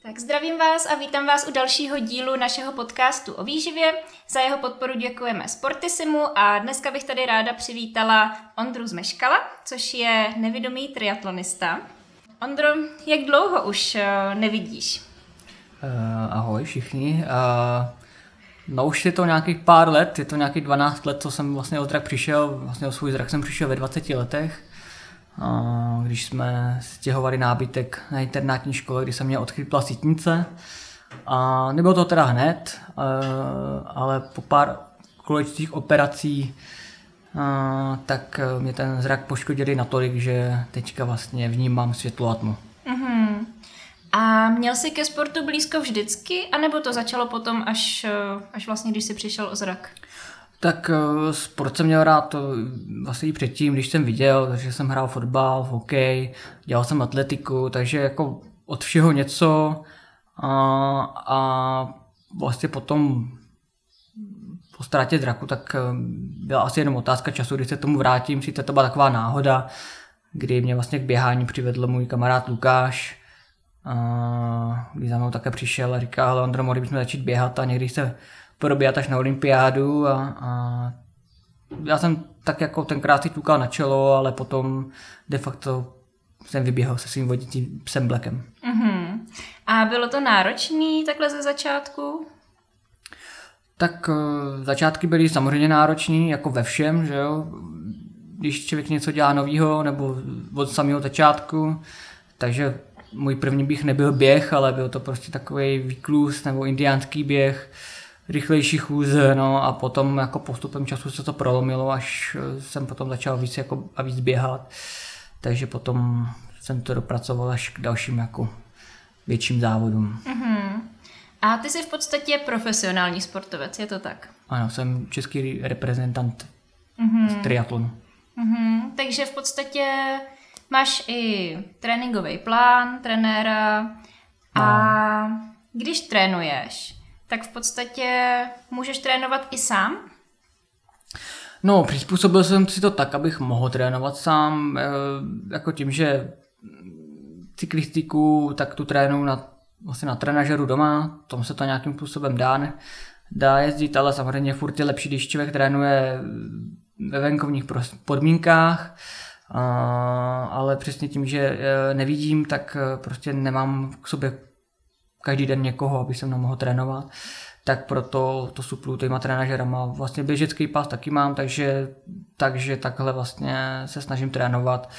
Tak zdravím vás a vítám vás u dalšího dílu našeho podcastu o výživě. Za jeho podporu děkujeme Sportisimu a dneska bych tady ráda přivítala Ondru Zmeškala, což je nevidomý triatlonista. Ondro, jak dlouho už nevidíš? Ahoj všichni. Už je to nějakých pár let, je to nějakých 12 let, co jsem vlastně o zrak přišel. Vlastně o svůj zrak jsem přišel ve 20 letech. Když jsme stěhovali nábytek na internátní škole, kdy jsem měl odchrypla sítnice. Nebylo to teda hned, ale po pár kolečných operací tak mě ten zrak poškodili natolik, že teďka vlastně vnímám světlo a tmu. Mm-hmm. A měl jsi ke sportu blízko vždycky, anebo to začalo potom až vlastně, když jsi přišel o zrak? Tak sport jsem měl rád vlastně i předtím, když jsem viděl, takže jsem hrál fotbal, hokej, dělal jsem atletiku, takže jako od všeho něco a vlastně potom po ztrátě zraku tak byla asi jenom otázka času, kdy se tomu vrátím, sice to byla taková náhoda, kdy mě vlastně k běhání přivedl můj kamarád Lukáš, kdy za mnou také přišel a říká, hele Ondro, mohli bychom začít běhat a někdy se probíhat až na olympiádu a já jsem tak jako tenkrát si tlukal na čelo, ale potom de facto jsem vyběhl se svým vodícím psem Blackem. Mm-hmm. A bylo to náročný takhle ze začátku? Tak začátky byly samozřejmě náročný, jako ve všem, že jo. Když člověk něco dělá novýho, nebo od samého začátku, takže můj první běh nebyl běh, ale byl to prostě takový výklus nebo indiánský běh, rychlejší chůze, no a potom jako postupem času se to prolomilo, až jsem potom začal víc jako a víc běhat, takže potom jsem to dopracoval až k dalším jako větším závodům. Mm-hmm. A ty jsi v podstatě profesionální sportovec, je to tak? Ano, jsem český reprezentant z triatlonu. Mm-hmm. Takže v podstatě máš i tréninkový plán, trenéra a když trénuješ, tak v podstatě můžeš trénovat i sám? No, přizpůsobil jsem si to tak, abych mohl trénovat sám, jako tím, že cyklistiku tak tu trénuju na trenažeru doma, tom se to nějakým způsobem dá jezdit, ale samozřejmě furt je lepší, když člověk trénuje ve venkovních podmínkách, ale přesně tím, že nevidím, tak prostě nemám k sobě každý den někoho, aby jsem mohl trénovat, tak proto to suplu těma trenažerama. Vlastně běžecký pás taky mám, takže takhle vlastně se snažím trénovat.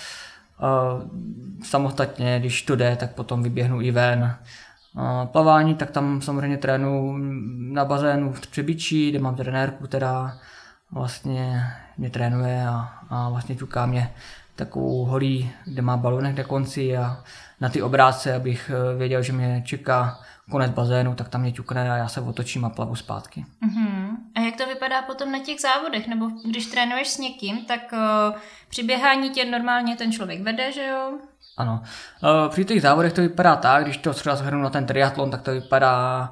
Samostatně, když to jde, tak potom vyběhnu i ven. Plavání, tak tam samozřejmě trénuji na bazénu v Třebíči, kde mám trenérku, která vlastně mě trénuje a vlastně ťuká mě takovou holí, kde má balonek na konci a na ty obrázce, abych věděl, že mě čeká konec bazénu, tak tam mě ťukne a já se otočím a plavu zpátky. Uh-huh. A jak to vypadá potom na těch závodech? Nebo když trénuješ s někým, tak při běhání tě normálně ten člověk vede, že jo? Ano. Při těch závodech to vypadá tak, když to třeba shrnu na ten triatlon, tak to vypadá,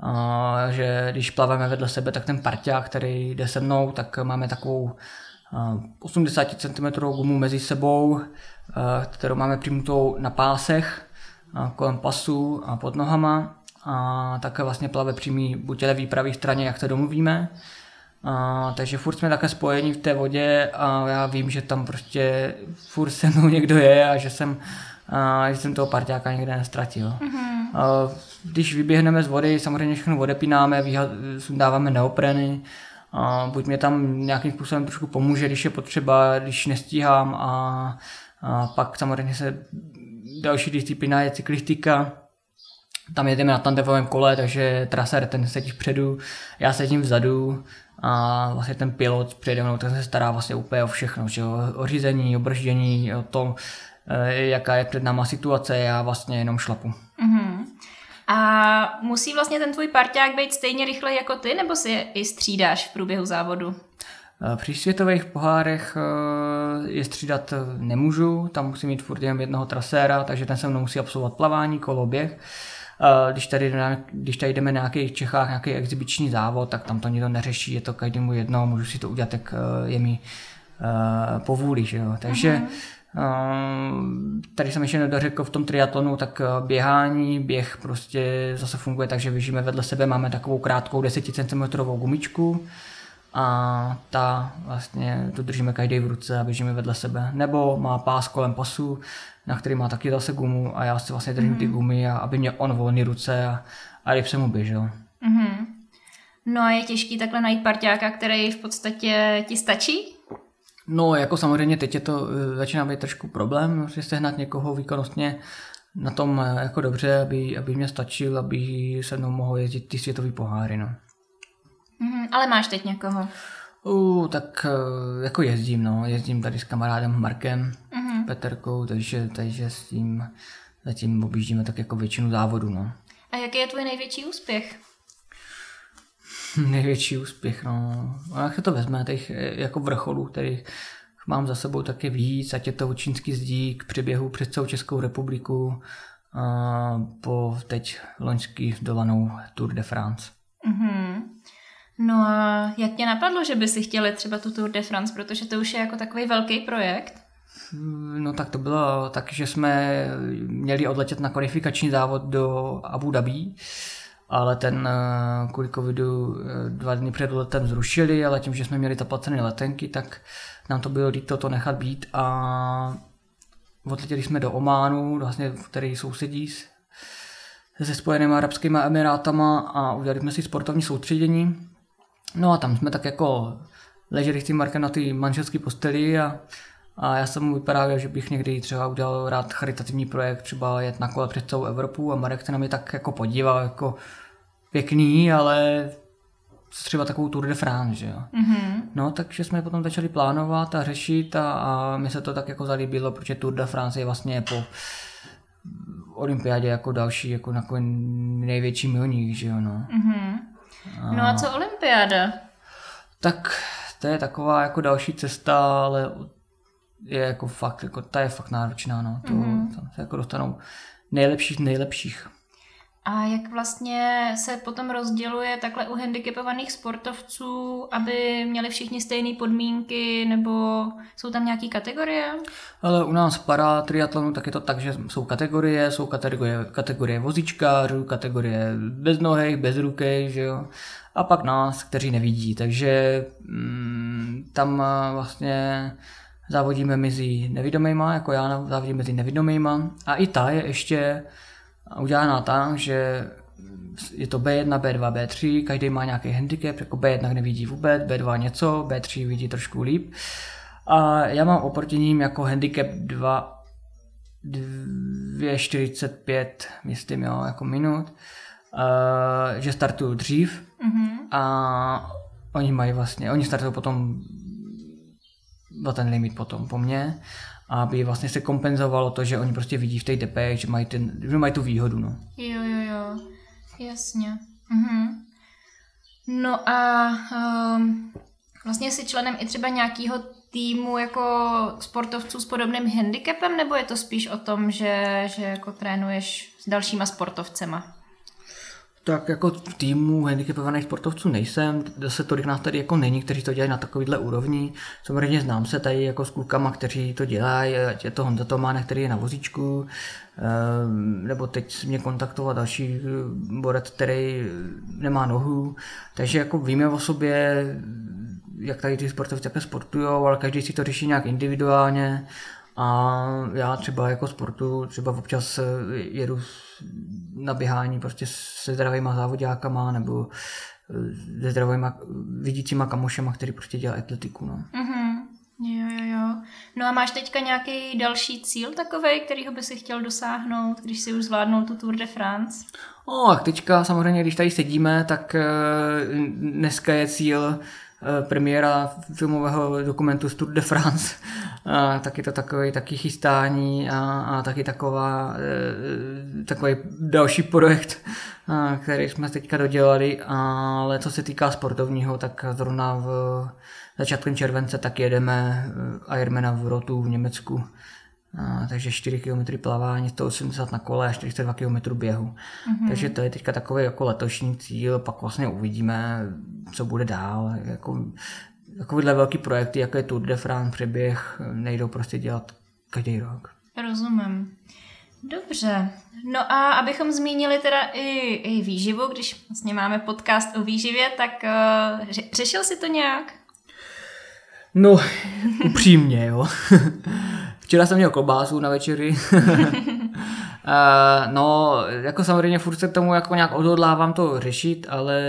že když plaveme vedle sebe, tak ten parťák, který jde se mnou, tak máme takovou 80 cm gumu mezi sebou, kterou máme přimnutou na pásech, kolem pasu a pod nohama. A také vlastně plave přímý buď levý, pravý straně, jak se domluvíme. Takže furt jsme také spojení v té vodě a já vím, že tam prostě furt se mnou někdo je a že jsem toho parťáka někde nestratil. Mm-hmm. Když vyběhneme z vody, samozřejmě všechno odepínáme, sundáváme neopreny, buď mě tam nějakým způsobem trošku pomůže, když je potřeba, když nestíhám a pak samozřejmě se další disciplína je cyklistika. Tam jedeme na tandemovém kole, takže trasér ten sedí vpředu, já sedím vzadu a vlastně ten pilot přede mnou, ten se stará vlastně úplně o všechno, že o řízení, o brždění, o tom, jaká je před náma situace, já vlastně jenom šlapu. Uh-huh. A musí vlastně ten tvůj parťák být stejně rychlej jako ty, nebo si je i střídáš v průběhu závodu? Při světových pohárech je střídat nemůžu, tam musím mít furt jenom jednoho traséra, takže ten se mnou musí absolvovat plavání, koloběh. Když tady jdeme na nějakých Čechách, nějaký exibiční závod, tak tam to nikdo neřeší, je to každému jedno, můžu si to udělat, jak je mi po vůli. Že jo? Takže Tady jsem ještě nedořekl v tom triatlonu, tak běh prostě zase funguje tak, že běžíme vedle sebe, máme takovou krátkou 10 cm gumičku a ta vlastně to držíme každý v ruce a běžíme vedle sebe. Nebo má pás kolem pasu, na který má taky zase gumu a já si vlastně držím ty gumy, aby mě on volný ruce a ryb jsem mu běžel. No a je těžký takhle najít parťáka, který v podstatě ti stačí? No, jako samozřejmě teď je to začíná být trošku problém, že sehnat někoho výkonnostně na tom jako dobře, aby mě stačil, aby se mnou mohl jezdit ty světový poháry, no. Ale máš teď někoho? Tak jako jezdím tady s kamarádem Markem, Peterkou, takže s tím zatím objíždíme tak jako většinu závodu, no. A jaký je tvůj největší úspěch? Největší úspěch, no. A jak se to vezme, těch jako vrcholů, kterých mám za sebou taky víc, ať je to Čínský zdí k přeběhu přes celou Českou republiku po teď loňský dolanou Tour de France. No a jak tě napadlo, že by si chtěli třeba tu Tour de France, protože to už je jako takový velký projekt? No tak to bylo tak, že jsme měli odletět na kvalifikační závod do Abu Dhabi, ale ten kvůli covidu 2 dny před letem zrušili, ale tím, že jsme měli zaplacené letenky, tak nám to bylo líto to nechat být a odletěli jsme do Ománu, vlastně, který sousedí se Spojenými arabskými emirátama a udělali jsme si sportovní soustředění. No a tam jsme tak jako leželi s tím Markem na té manželské posteli a já jsem mu vyprávěl, že bych někdy třeba udělal rád charitativní projekt, třeba jet na kole přes celou Evropu a Marek se na mě tak jako podíval, jako pěkný, ale třeba takovou Tour de France, že jo. No, takže jsme potom začali plánovat a řešit a mi se to tak jako zalíbilo, protože Tour de France je vlastně po olympiádě jako další, jako největší milník, že jo, no. No a co olympiáda? Tak to je taková jako další cesta, ale je jako fakt, jako ta je fakt náročná, no. Tam se jako dostanou nejlepších. A jak vlastně se potom rozděluje takhle u handicapovaných sportovců, aby měli všichni stejné podmínky, nebo jsou tam nějaké kategorie? Ale u nás para triatlonu tak je to tak, že jsou kategorie vozíčkářů, kategorie beznohých, bezrukých, že jo. A pak nás, kteří nevidí, takže tam vlastně závodíme mezi nevidomýma, jako já závodím mezi nevidomýma a i ta je ještě udělaná tak, že je to B1, B2, B3, každý má nějaký handicap, jako B1 nevidí vůbec, B2 něco, B3 vidí trošku líp. A já mám oproti ním jako handicap 2,45, myslím, jo, jako minut, že startují dřív a oni startují potom na ten limit potom po mně, aby vlastně se kompenzovalo to, že oni prostě vidí v té DP, že mají tu výhodu, no. Jo, jasně. No a vlastně jsi členem i třeba nějakého týmu jako sportovců s podobným handicapem, nebo je to spíš o tom, že jako trénuješ s dalšíma sportovcema? Tak jako v týmu handicapovaných sportovců nejsem, zase tolik nás tady jako není, kteří to dělají na takovýhle úrovni. Samozřejmě znám se tady jako s klukama, kteří to dělají, ať je to Honza Tománek, který je na vozíčku, nebo teď mě kontaktoval další borec, který nemá nohu, takže jako víme o sobě, jak tady ty sportovci také sportujou, ale každý si to řeší nějak individuálně. A já třeba jako sportu, třeba občas jedu na běhání prostě se zdravýma závodňákama nebo se zdravýma vidícíma kamošema, který prostě dělá atletiku. No. Jo. No a máš teďka nějaký další cíl takovej, kterýho by si chtěl dosáhnout, když si už zvládnul tu Tour de France? A teďka samozřejmě, když tady sedíme, tak dneska je cíl premiéra filmového dokumentu z Tour de France. Taky to taky chystání a taky takový další projekt, který jsme teďka dodělali, ale co se týká sportovního, tak zrovna v začátkem července tak jedeme Ironmana v Rotu v Německu. Takže 4 km plavání, 180 na kole a 42 km běhu. Takže to je teďka takový jako letošní cíl, pak vlastně uvidíme, co bude dál. Takovýhle velký projekty, jako je Tour de France, přeběh, nejdou prostě dělat každý rok. Rozumím. Dobře. No a abychom zmínili teda i výživu, když vlastně máme podcast o výživě, tak řešil jsi to nějak? No, upřímně, jo. Včera jsem měl klobásu na večeři. No, jako samozřejmě furt se tomu jako nějak odhodlávám to řešit, ale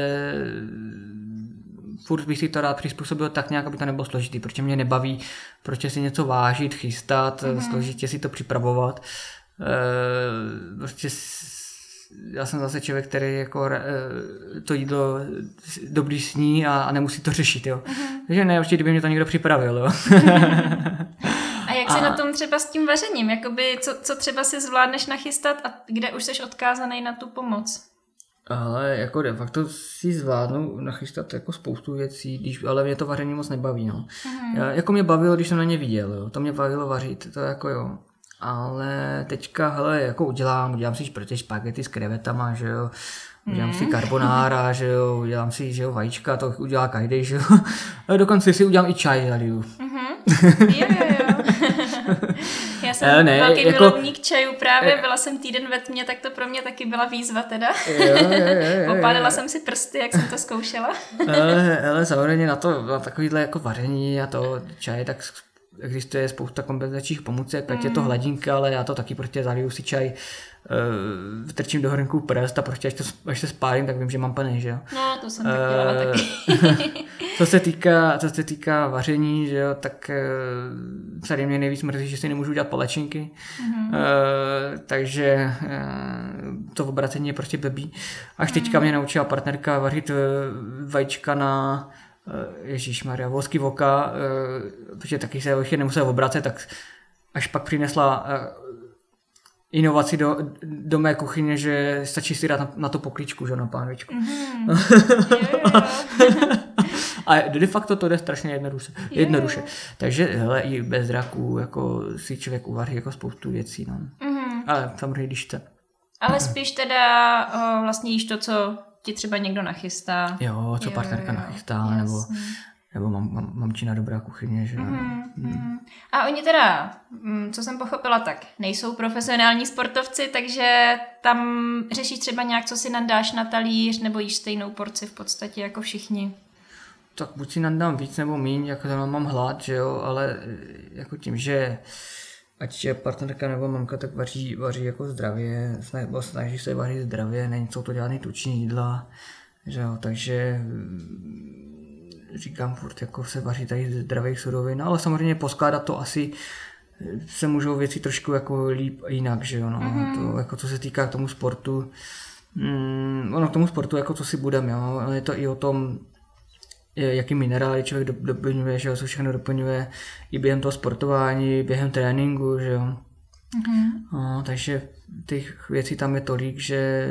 furt bych si to rád přizpůsobil tak nějak, aby to nebylo složitý, protože mě nebaví, proč si něco vážit, chystat, složitě si to připravovat. Prostě já jsem zase člověk, který jako to jídlo dobrý sní a nemusí to řešit, jo. Takže ne, určitě kdyby mě to někdo připravil, jo. A jak jsi na tom třeba s tím vařením? Jakoby, co třeba si zvládneš nachystat a kde už jsi odkázaný na tu pomoc? Ale jako de facto si zvládnu nachystat jako spoustu věcí, ale mě to vaření moc nebaví, no. Jako mě bavilo, když jsem na ně viděl, jo. To mě bavilo vařit, to jako jo. Ale teďka, hele, jako udělám si špagety s krevetama, že jo. Udělám si carbonara, že jo, udělám si, že jo, vajíčka, to udělá každej, že jo. A dokonce si udělám i čaj, Daliu. Jo. Já jsem velký milovník čajů právě, byla jsem týden ve tmě, tak to pro mě taky byla výzva teda. Popálila jsem si prsty, jak jsem to zkoušela. Ale samozřejmě na takovýhle jako vaření a to čaj, tak existuje spousta kompenzačních pomůcek, ať je to hladinka, ale já to taky prostě zaliju si čaj, vtrčím do hrnku prst a prostě až se spálím, tak vím, že mám plný, že jo. No, to jsem tak dělala taky. Co se týká vaření, že jo, tak tady mě nejvíc mrzí, že si nemůžu dělat palečinky, takže to obracení je prostě blbý. Až teďka mě naučila partnerka vařit vajíčka na ježišmarja, volský voka, protože taky se ještě nemusel obracet, tak až pak přinesla inovaci do mé kuchyně, že stačí si dát na to poklíčku, že na pánvičku. A de facto to jde strašně jednoduše. Takže hele, i bez draků jako si člověk uvaří jako spoustu věcí. No. Ale samozřejmě když chce. Ale spíš teda vlastně jíš to, co ti třeba někdo nachystá. Jo, co partnerka nachystá, nebo mamčina dobrá kuchyně. Že? A oni teda, co jsem pochopila, tak nejsou profesionální sportovci, takže tam řešíš třeba nějak, co si nadáš na talíř, nebo jíš stejnou porci v podstatě jako všichni. Tak buď si nadám víc nebo míň, jako to mám hlad, že jo, ale jako tím, že ať je partnerka nebo mamka, tak vaří jako zdravě, snaží se vařit zdravě, nejsou to žádný tuční jídla, že jo, takže říkám furt, jako se vaří tady zdravých surovin, ale samozřejmě poskládat to asi se můžou věci trošku jako líp jinak, že jo, no, to, jako co se týká k tomu sportu, ono k tomu sportu, jako co si budem, jo, je to i o tom, jaký minerály člověk doplňuje, že jo, co všechno doplňuje i během toho sportování, během tréninku, že jo. No, takže těch věcí tam je tolik, že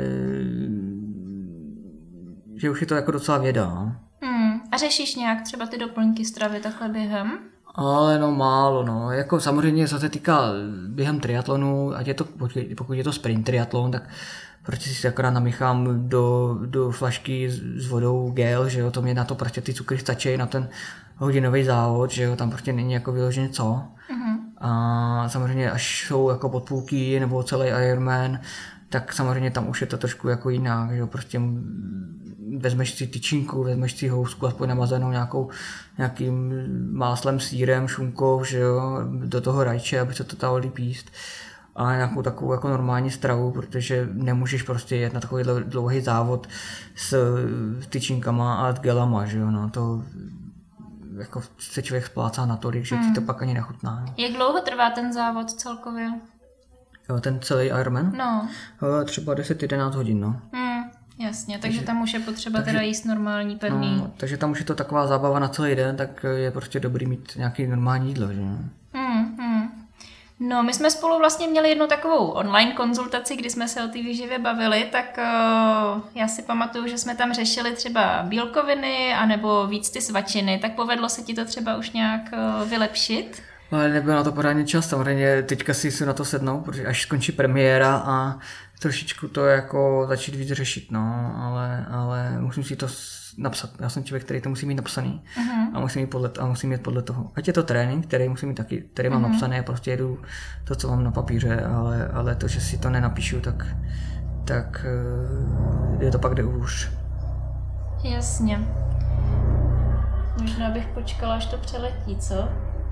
už je to jako docela věda. No. A řešíš nějak třeba ty doplňky stravy takhle během? Ale no málo, no. Jako samozřejmě, co se týká během triatlonu, ať je to, pokud je to sprint triatlon, tak prostě si akorát namíchám do flašky s vodou gel, že jo, to mě na to prostě ty cukry stačí na ten hodinový závod, že jo, tam prostě není jako vyloženě co. A samozřejmě až jsou jako podpůlky nebo celý Ironman, tak samozřejmě tam už je to trošku jako jinak, že jo, prostě vezmeš si tyčinku, vezmeš si housku aspoň namazanou nějakým máslem, sýrem, šunkou, že jo, do toho rajče, aby se to dalo líp jíst. A nějakou takovou jako normální stravu, protože nemůžeš prostě jet na takový dlouhý závod s tyčinkama a s gelama, že jo, no, to jako se člověk splácá natolik, že ti to pak ani nechutná. No. Jak dlouho trvá ten závod celkově? Jo, ten celý Ironman? No. Třeba 10-11 hodin, no. Jasně, takže tam už je potřeba teda jíst normální, pevný. No, takže tam už je to taková zábava na celý den, tak je prostě dobrý mít nějaký normální jídlo, že jo. No, my jsme spolu vlastně měli jednu takovou online konzultaci, kdy jsme se o té výživě bavili, tak já si pamatuju, že jsme tam řešili třeba bílkoviny anebo víc ty svačiny, tak povedlo se ti to třeba už nějak vylepšit? Ale nebyl na to pořádně čas, samozřejmě teďka si na to sednou, protože až skončí premiéra a trošičku to jako začít víc řešit, no, ale musím si to napsat. Já jsem člověk, který to musí mít napsaný a musím mít podle toho. Ať je to trénink, který musím mít taky, který mám napsaný a prostě jedu to, co mám na papíře, ale to, že si to nenapíšu, tak je to pak jde už. Jasně. Možná bych počkala, až to přeletí, co?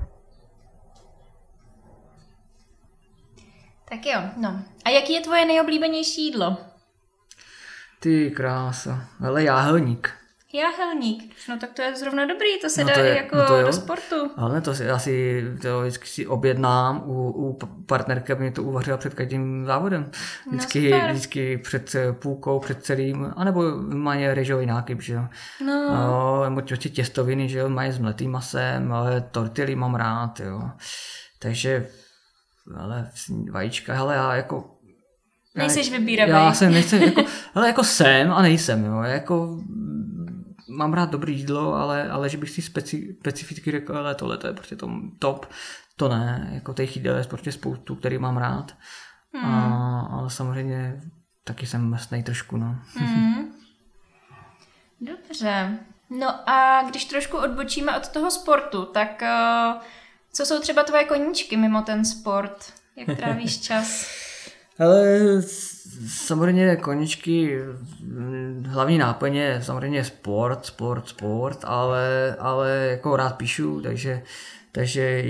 Tak jo, no. A jaký je tvoje nejoblíbenější jídlo? Ty krása. Ale jáhelník. Jáhelník. No tak to je zrovna dobrý, to se dá i jako do sportu. Ale to vždycky si objednám u partnerky, aby mě to uvařila před každým závodem. Vždycky před půlkou, před celým, anebo mají rejžový nákyp, že jo. Nebo těstoviny, že jo, mají s mletým masem, ale tortilly mám rád, jo. Takže, ale vajíčka, hele, já jako... Nejseš vybíravý. Já jsem nechci, jako jsem a nejsem, jo, jako... Mám rád dobré jídlo, ale že bych si specificky řekl, ale tohle to je prostě top, to ne, jako těch jídel je prostě spoustu, který mám rád, ale samozřejmě taky jsem mastnej trošku, no. Dobře, no a když trošku odbočíme od toho sportu, tak co jsou třeba tvoje koníčky mimo ten sport, jak trávíš čas? Ale samozřejmě koníčky, hlavní náplň je samozřejmě sport, ale jako rád píšu, takže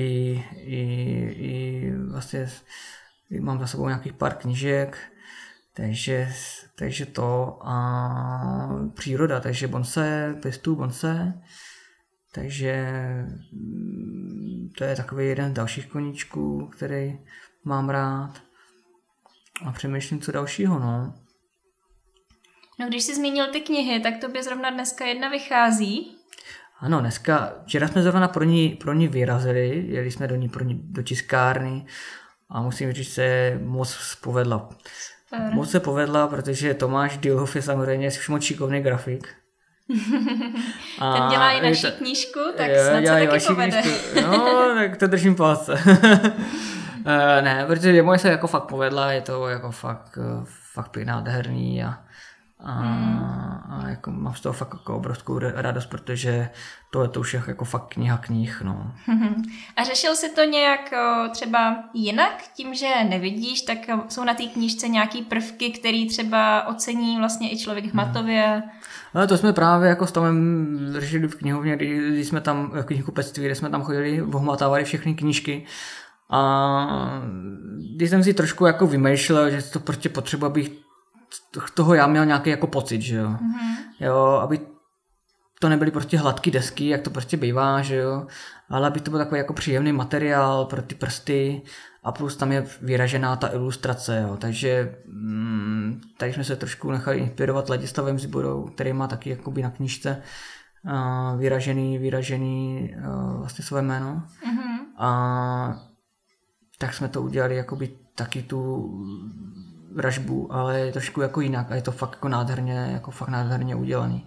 i vlastně mám za sebou nějakých pár knížek, takže to a příroda, takže pěstuju bonse, takže to je takový jeden z dalších koníčků, který mám rád. A přemýšlím, co dalšího, no. No, když jsi zmínil ty knihy, tak tobě zrovna dneska jedna vychází. Ano, včera jsme zrovna pro ní vyrazili, jeli jsme do tiskárny a musím říct, že se moc povedla. Super. Moc se povedla, protože Tomáš Dilhoff je samozřejmě moc šikovný grafik. Ten dělá i naši knížku, tak snad se taky povede. No, tak to držím palce. Ne, protože moje se jako fakt povedla, je to jako fakt nádherný a jako mám z toho fakt jako obrovskou radost, protože tohle to už je jako fakt knih, no. A řešil jsi to nějak třeba jinak? Tím, že nevidíš, tak jsou na té knížce nějaký prvky, který třeba ocení vlastně i člověk hmatově? Ale to jsme právě jako s Tomem řešili v knihovně, když jsme tam v knihkupectví, kde jsme tam chodili, ohmatávali všechny knížky. A když jsem si trošku jako vymýšlel, že to prostě potřeba, abych toho já měl nějaký jako pocit, že jo. Jo, aby to nebyly prostě hladké desky, jak to prostě bývá, že jo, ale aby to byl takový jako příjemný materiál pro ty prsty a plus tam je vyražená ta ilustrace, jo. Takže tady jsme se trošku nechali inspirovat Ladislavem Zibodou, který má taky jakoby na knížce vyražený vlastně své jméno. A tak jsme to udělali jakoby taky tu ražbu, ale trošku jako jinak a je to fakt jako nádherně udělaný.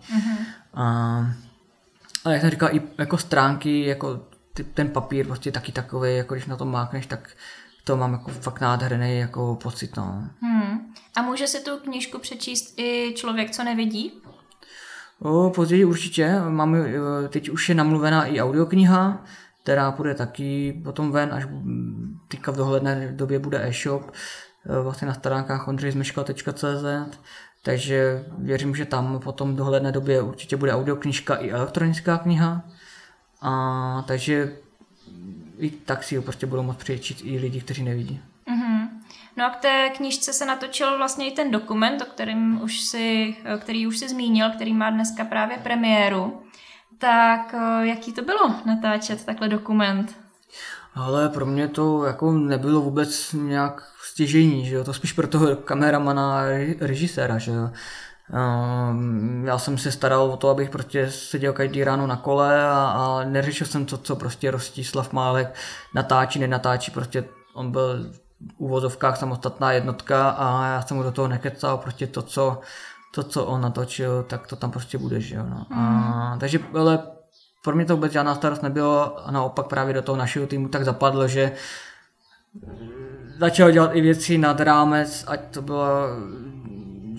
A jak jsem říkal, i jako stránky, jako ten papír prostě taky takový, jako když na to mákneš, tak to mám jako fakt nádherný jako pocit, no. A může si tu knížku přečíst i člověk, co nevidí? Později určitě, teď už je namluvená i audiokniha, která půjde taky potom ven, až teďka v dohledné době bude e-shop, vlastně na stránkách ondřejzmeškal.cz, takže věřím, že tam potom v dohledné době určitě bude audioknížka i elektronická kniha, a takže i tak si ji prostě budou moct přečíst i lidi, kteří nevidí. No a k té knížce se natočil vlastně i ten dokument, který už si zmínil, který má dneska právě premiéru. Tak jaký to bylo natáčet takhle dokument? Ale pro mě to jako nebylo vůbec nějak stěžejní, že jo? To spíš pro toho kameramana, režiséra, že jo? Já jsem se staral o to, abych prostě seděl každý ráno na kole a neřešil jsem to, co prostě Rostislav Málek nenatáčí, prostě on byl v uvozovkách samostatná jednotka a já jsem mu do toho nekecal, prostě to, co on natočil, tak to tam prostě bude, že jo. No. Takže ale pro mě to vůbec žádná starost nebylo a naopak právě do toho našeho týmu tak zapadlo, že začal dělat i věci nad rámec, ať to bylo,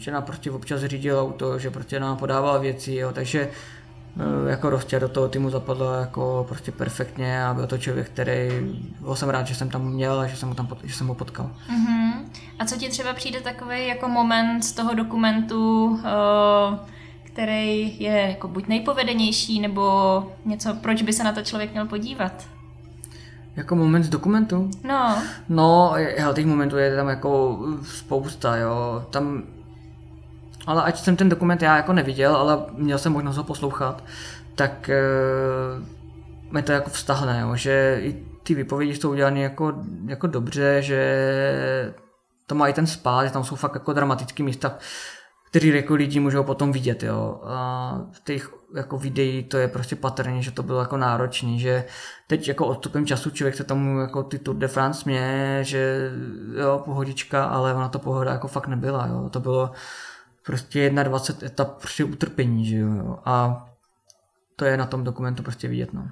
že nám prostě občas řídil auto, že prostě nám podával věci, jo, takže jako Rostě do toho týmu zapadlo jako prostě perfektně a byl to člověk, který, jsem rád, že jsem tam měl a že jsem ho potkal. A co ti třeba přijde takový jako moment z toho dokumentu, který je jako buď nejpovedenější, nebo něco, proč by se na to člověk měl podívat? Jako moment z dokumentu? No, těch momentů je tam jako spousta, jo. Tam, ale ať jsem ten dokument já jako neviděl, ale měl jsem možnost ho poslouchat, tak mě to jako vztahne, jo, že i ty výpovědi jsou udělané jako dobře, že to má i ten spát, tam jsou fakt jako dramatické místa, který jako lidi můžou potom vidět, jo. A v těch jako videí to je prostě patrně, že to bylo jako náročný, že teď jako odstupem času člověk se tomu jako ty Tour de France směje, že jo, pohodička, ale ona to pohoda jako fakt nebyla, jo. To bylo prostě 21 etap prostě utrpení, že jo. A to je na tom dokumentu prostě vidět, no.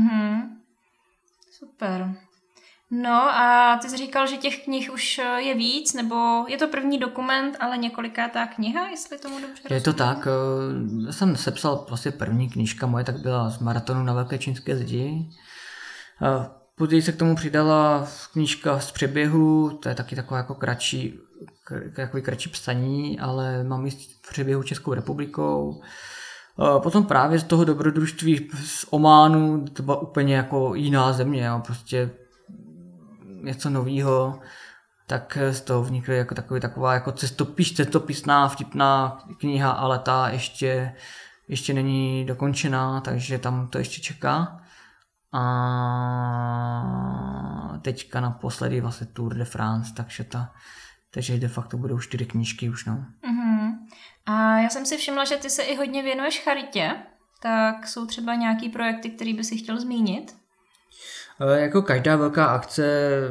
Super. No a ty jsi říkal, že těch knih už je víc, nebo je to první dokument, ale několikátá kniha, jestli tomu dobře rozumím? Je to tak, já jsem sepsal vlastně první knížka moje, tak byla z maratonu na Velké čínské zdi. Později se k tomu přidala knížka z přeběhu, to je taky taková jako kratší psaní, ale mám i z přeběhu Českou republikou. Potom právě z toho dobrodružství z Ománu, to byla úplně jako jiná země, jo, prostě něco novýho, tak z toho vznikly jako taková jako cestopisná, vtipná kniha, ale ta ještě není dokončená, takže tam to ještě čeká. A teďka naposledy vlastně Tour de France, takže de facto budou 4 knížky už, no. A já jsem si všimla, že ty se i hodně věnuješ charitě, tak jsou třeba nějaký projekty, který by si chtěl zmínit? Jako každá velká akce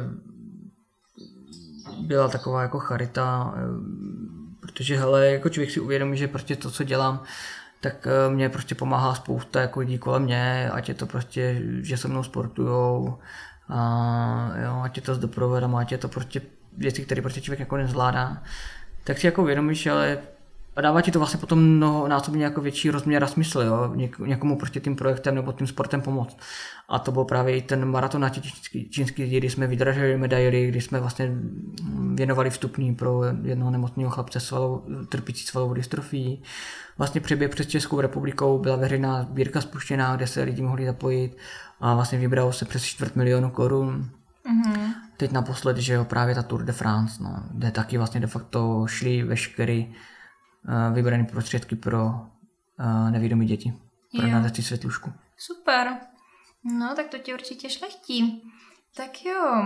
byla taková jako charita, protože hele, jako člověk si uvědomí, že prostě to, co dělám, tak mě prostě pomáhá spousta jako lidí kolem mě, ať je to prostě, že se mnou sportujou, a jo, ať je to s doprovodem, ať je to prostě věci, které prostě člověk jako nezvládá, tak si jako uvědomíš, ale a dává ti to vlastně potom mnohonásobně jako větší rozměr a smysl, jo? Někomu prostě tím projektem nebo tím sportem pomoct. A to byl právě i ten maraton na čínský zdi, kdy jsme vydražili medaily, kdy jsme vlastně věnovali vstupný pro jednoho nemocného chlapce trpící svalovou dystrofií. Vlastně přeběh přes Českou republikou byla veřejná sbírka spuštěná, kde se lidi mohli zapojit a vlastně vybralo se přes 250 000 korun. Teď naposled, že jo, právě ta Tour de France, no, kde taky vlastně de facto šly veškerý vybrané prostředky pro nevidomé děti. Pro nadaci Světlušku. Super. No, tak to tě určitě šlechtí. Tak jo.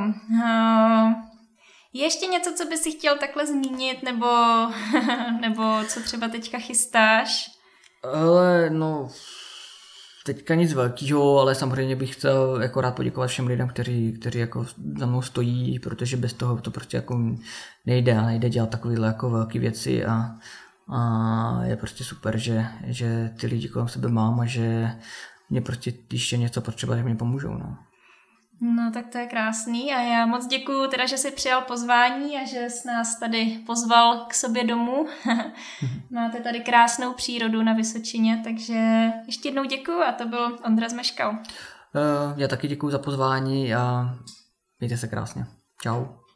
Je ještě něco, co bys si chtěl takhle zmínit, nebo co třeba teďka chystáš? Ale no, teďka nic velkého, ale samozřejmě bych chtěl jako rád poděkovat všem lidem, kteří jako za mnou stojí, protože bez toho to prostě jako nejde dělat takovéhle jako velké věci a je prostě super, že ty lidi kolem sebe mám a že mě prostě, když je něco potřeba, že mě pomůžou. No tak to je krásný a já moc děkuju teda, že jsi přijal pozvání a že jsi nás tady pozval k sobě domů. Máte tady krásnou přírodu na Vysočině, takže ještě jednou děkuju a to byl Ondra Zmeškal. Já taky děkuju za pozvání a mějte se krásně. Čau.